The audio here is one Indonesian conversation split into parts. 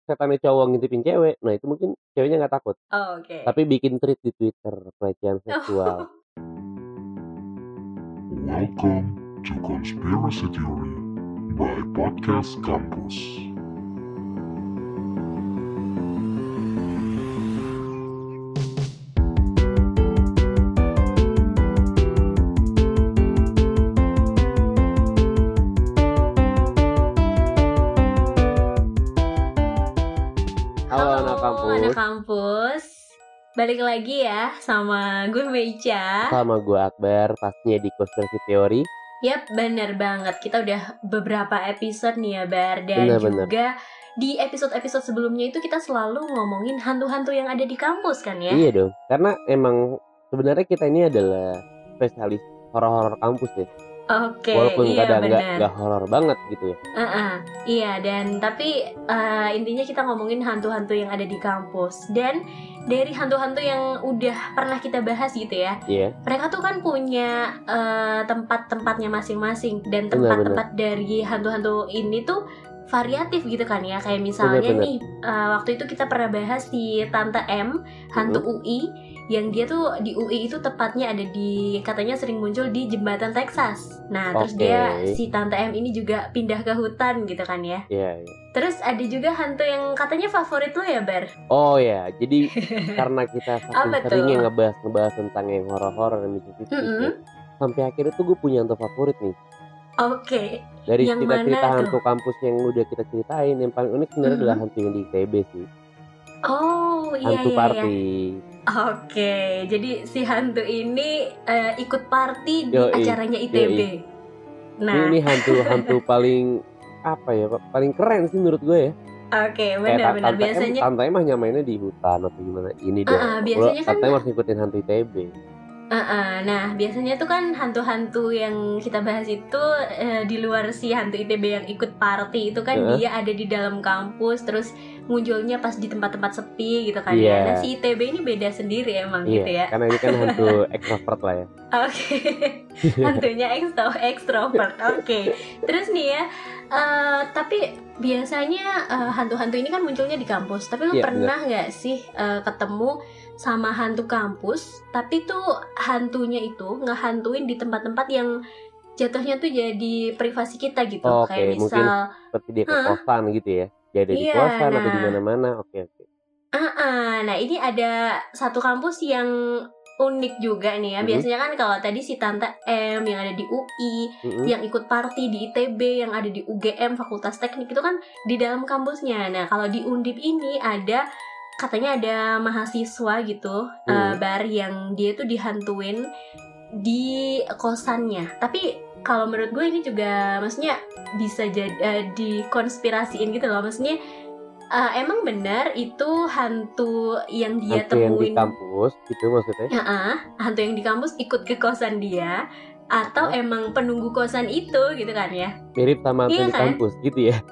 setannya cowok ngintipin cewek, nah itu mungkin ceweknya nggak takut. Oke. Tapi bikin tweet di Twitter pelecehan seksual. Welcome to Conspiracy Theory by Podcast Campus. Halo anak anak kampus. Balik lagi ya sama gue Meica. Sama gue Akbar, pastinya di Conspiracy Theory. Yap, bener banget. Kita udah beberapa episode nih ya, Bar. Dan Bener. juga di episode-episode sebelumnya itu kita selalu ngomongin hantu-hantu yang ada di kampus kan ya? Iya dong, karena emang sebenarnya kita ini adalah spesialis horor-horor kampus ya. Oke, Walaupun iya kadang bener. nggak horor banget gitu ya. Iya, dan tapi intinya kita ngomongin hantu-hantu yang ada di kampus. Dan dari hantu-hantu yang udah pernah kita bahas gitu ya, Iya. mereka tuh kan punya tempat-tempatnya masing-masing. Dan Benar. tempat-tempat dari hantu-hantu ini tuh variatif gitu kan ya. Kayak misalnya Benar. nih, waktu itu kita pernah bahas di Tante M, hantu UI. Yang dia tuh di UI itu tepatnya ada di, katanya sering muncul di jembatan Texas. Nah, terus dia, si Tante M ini juga pindah ke hutan gitu kan ya. Iya. Terus ada juga hantu yang katanya favorit lo ya, Bar? Oh ya, jadi karena kita saking Apa tuh? seringnya ngebahas tentang yang horor-horor dan mistis-mistis, sampai akhirnya tuh gue punya hantu favorit nih. Oke. Dari Yang cerita-cerita mana hantu tuh? kampus yang udah kita ceritain, yang paling unik sebenarnya adalah hantu yang di ITB sih. Oh, iya. Hantu party. Oke, jadi si hantu ini ikut party di Yoi, acaranya ITB. yoi. Nah, Ini hantu paling apa ya, paling keren sih menurut gue ya. oke, benar-benar biasanya. Tante mah nyamainnya di hutan atau gimana. Ini dong. Biasanya kan Tante harus ngikutin hantu ITB. Nah, biasanya tuh kan hantu-hantu yang kita bahas itu di luar si hantu ITB yang ikut party itu kan dia ada di dalam kampus, terus munculnya pas di tempat-tempat sepi gitu kan ya. Nah, si ITB ini beda sendiri emang gitu ya. Karena ini kan hantu ekstrovert lah ya. Oke. Hantunya ekstrovert. Oke. Terus nih ya, tapi biasanya hantu-hantu ini kan munculnya di kampus. Tapi lu pernah nggak sih ketemu sama hantu kampus, tapi tuh hantunya itu ngehantuin di tempat-tempat yang jatuhnya tuh jadi privasi kita gitu. Kayak misal mungkin seperti dia ke kosan gitu ya. Jadi di kosan atau di mana-mana. Oke. Nah, ini ada satu kampus yang unik juga nih ya. Biasanya kan kalau tadi si Tante M yang ada di UI, yang ikut party di ITB, yang ada di UGM Fakultas Teknik itu kan di dalam kampusnya. Nah, kalau di Undip ini katanya ada mahasiswa gitu, Bar, yang dia tuh dihantuin di kosannya. Tapi kalau menurut gue ini juga maksudnya bisa jadi dikonspirasiin gitu loh. Maksudnya emang benar itu hantu yang dia hantu temuin yang di kampus gitu maksudnya? Hantu yang di kampus ikut ke kosan dia, atau emang penunggu kosan itu gitu kan ya? Mirip sama hantu di kampus gitu ya?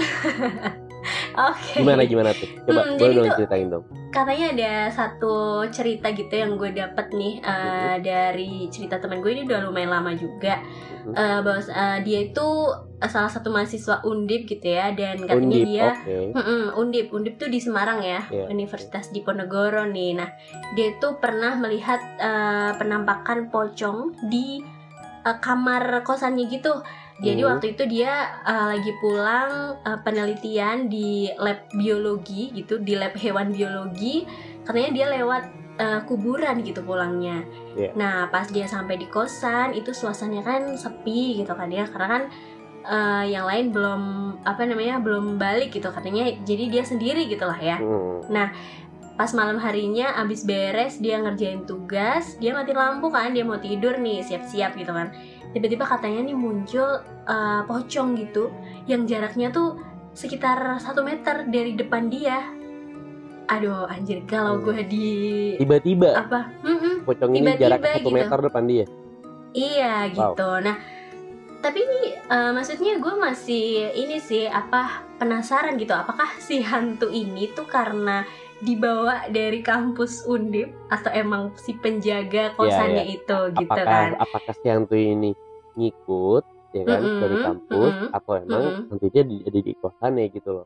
Oke. Gimana tuh? Coba boleh dong ceritain dong. Katanya ada satu cerita gitu yang gue dapet nih dari cerita teman gue, ini udah lumayan lama juga. Bahwa dia itu salah satu mahasiswa Undip gitu ya, dan katanya dia Undip tuh di Semarang ya, Universitas Diponegoro nih. Nah, dia tuh pernah melihat penampakan pocong di kamar kosannya gitu. Jadi waktu itu dia lagi pulang penelitian di lab biologi gitu, di lab hewan biologi. Katanya dia lewat kuburan gitu pulangnya. Nah, pas dia sampai di kosan itu suasananya kan sepi gitu kan ya, karena kan yang lain belum balik gitu katanya. Jadi dia sendiri gitu lah ya. Nah, pas malam harinya abis beres dia ngerjain tugas, dia mati lampu kan, dia mau tidur nih, siap-siap gitu kan. Tiba-tiba katanya nih muncul pocong gitu yang jaraknya tuh sekitar 1 meter dari depan dia. Aduh anjir, kalau gue tiba-tiba apa? Pocong ini jarak 1 meter depan dia. Iya gitu. Nah, tapi ini maksudnya gue masih ini sih penasaran gitu, apakah si hantu ini tuh karena dibawa dari kampus Undip atau emang si penjaga kosannya itu gitu kan? Apakah si hantu ini ngikut ya kan dari kampus atau emang hantunya ada di kosannya gitu loh?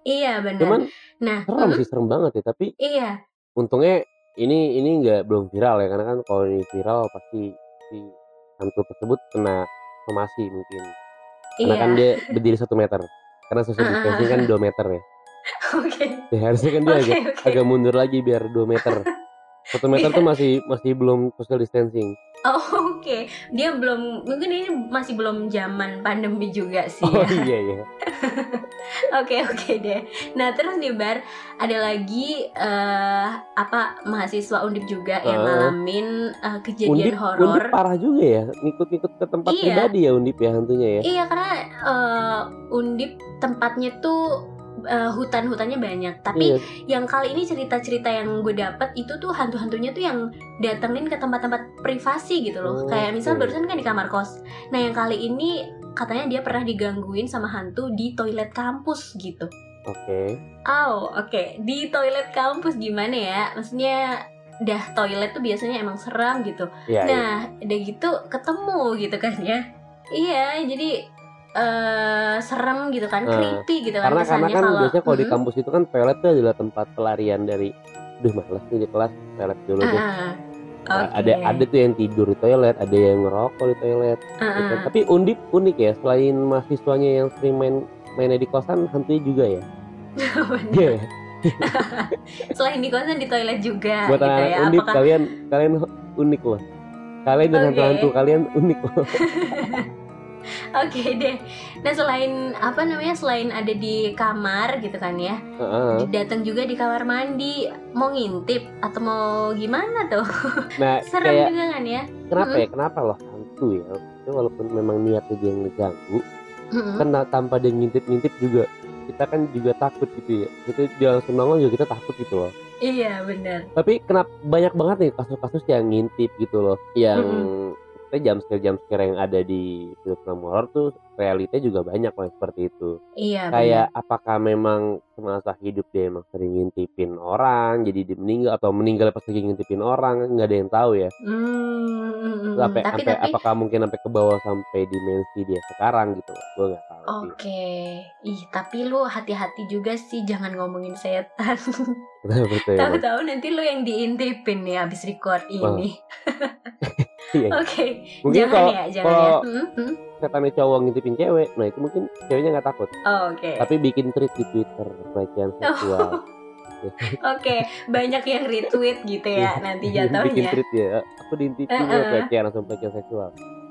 Iya benar. Cuman Nah, serem sih, serem banget ya. Tapi iya, untungnya ini nggak belum viral ya, karena kan kalau ini viral pasti si hantu tersebut kena somasi mungkin. Karena kan iya. dia berdiri 1 meter. Karena social distancing kan 2 meter ya. Oke, Ya harusnya kan dia oke, agak oke. agak mundur lagi biar 2 meter. 1 meter tuh Iya. masih belum social distancing. Oh, oke. Dia belum, mungkin ini masih belum zaman pandemi juga sih Oh ya. iya ya. Oke, oke deh. Nah, terus nih Bar, ada lagi mahasiswa Undip juga yang Heeh. ngalamin kejadian Undip horor. parah juga ya, ngikut-ngikut ke tempat Iya. pribadi ya Undip ya hantunya ya. Iya, karena Undip tempatnya tuh hutan-hutannya banyak. Tapi Iya. yang kali ini cerita-cerita yang gue dapet itu tuh hantu-hantunya tuh yang datengin ke tempat-tempat privasi gitu loh. Oh, Kayak misal oke. barusan kan di kamar kos. Nah, yang kali ini katanya dia pernah digangguin sama hantu di toilet kampus gitu. Oke. Oke. Di toilet kampus gimana ya? Maksudnya dah toilet tuh biasanya emang seram gitu. Iya, iya. Nah, udah gitu ketemu gitu kan ya. Iya, jadi serem gitu kan, creepy gitu kan Karena kesannya kan kalau biasanya kalau di kampus itu kan toilet itu adalah tempat pelarian dari males nih di kelas, toilet dulu deh. oke. Ada tuh yang tidur di toilet, ada yang ngerokok di toilet. Gitu. Tapi Undip unik ya, selain mahasiswanya yang sering mainnya di kosan, hantunya juga ya. Iya. Bener. Selain di kosan di toilet juga Buat gitu anak ya. Undip, Apakah kalian unik loh. Kalian dan Oke. hantu-hantu kalian unik loh. Oke deh. Nah, selain ada di kamar gitu kan ya, Heeh. datang juga di kamar mandi, mau ngintip atau mau gimana tuh? Nah, Serem kayak juga kan ya? kenapa loh hantu ya? Itu walaupun memang niatnya dia ngeganggu, Mm-mm. kan tanpa dia ngintip-ngintip juga kita kan juga takut gitu ya. Itu dia langsung nongol juga kita takut gitu loh. Iya benar. Tapi kenapa banyak banget nih kasus-kasus yang ngintip gitu loh, yang jumpscare yang ada di film horor tuh realita juga banyak loh seperti itu. Iya Kayak benar. apakah memang semasa hidup dia emang sering ngintipin orang, jadi dia meninggal, atau meninggal pas lagi ngintipin orang, nggak ada yang tahu ya. Tapi Apakah mungkin sampai ke bawah sampai dimensi dia sekarang gitu loh, gue nggak tahu sih. oke. Tapi lu hati-hati juga sih, jangan ngomongin setan. Kenapa tuh emang? Tahu-tahu nanti lu yang diintipin nih habis record ini. Iya. Oke. Mungkin Jangan kalau ya. setannya cowok ngintipin cewek, nah itu mungkin ceweknya nggak takut, Oke. tapi bikin tweet di Twitter pelecehan seksual. Oke, banyak yang retweet gitu ya nanti Bikin jatuhnya. tweet ya, aku diintipin pelecehan, langsung pelecehan seksual.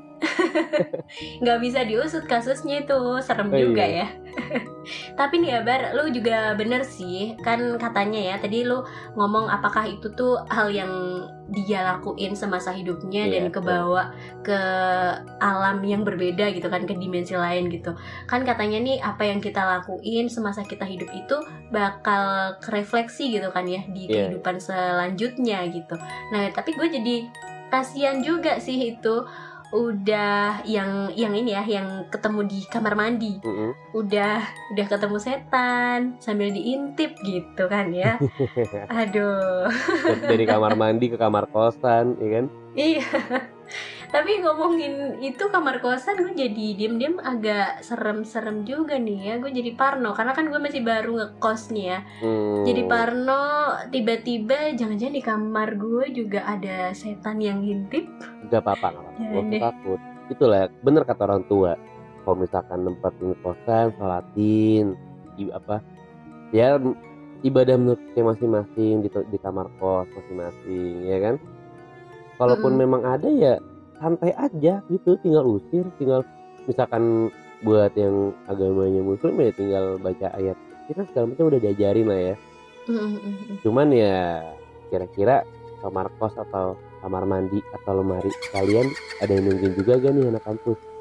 Nggak bisa diusut kasusnya itu, serem Oh, juga iya. ya. Tapi nih ya Bar, lu juga bener sih, kan katanya ya tadi lu ngomong apakah itu tuh hal yang dia lakuin semasa hidupnya dan Iya, kebawa ke alam yang berbeda gitu kan, ke dimensi lain gitu. Kan katanya nih apa yang kita lakuin semasa kita hidup itu bakal kerefleksi gitu kan ya di Iya. kehidupan selanjutnya gitu. Nah, tapi gue jadi kasihan juga sih itu udah yang ini ya, yang ketemu di kamar mandi. Udah ketemu setan sambil diintip gitu kan ya. Aduh. Dari kamar mandi ke kamar kosan, ya kan? Iya. Tapi ngomongin itu kamar kosan, gue jadi diem-diem agak serem-serem juga nih ya. Gue jadi parno karena kan gue masih baru ngekos nih ya. Jadi parno, tiba-tiba jangan-jangan di kamar gue juga ada setan yang ngintip. Gak apa-apa, Jangan gak deh. usah takut. Itulah bener kata orang tua. Kalau misalkan nempatin kosan, sholatin, ya ibadah menurut kita masing-masing di kamar kos masing-masing, ya kan? Kalaupun memang ada ya santai aja gitu, tinggal usir, tinggal misalkan buat yang agamanya muslim ya tinggal baca ayat. Kita segala macam udah diajarin lah ya. Cuman ya kira-kira kamar kos atau kamar mandi atau lemari kalian ada yang nungguin juga gak nih anak kampus?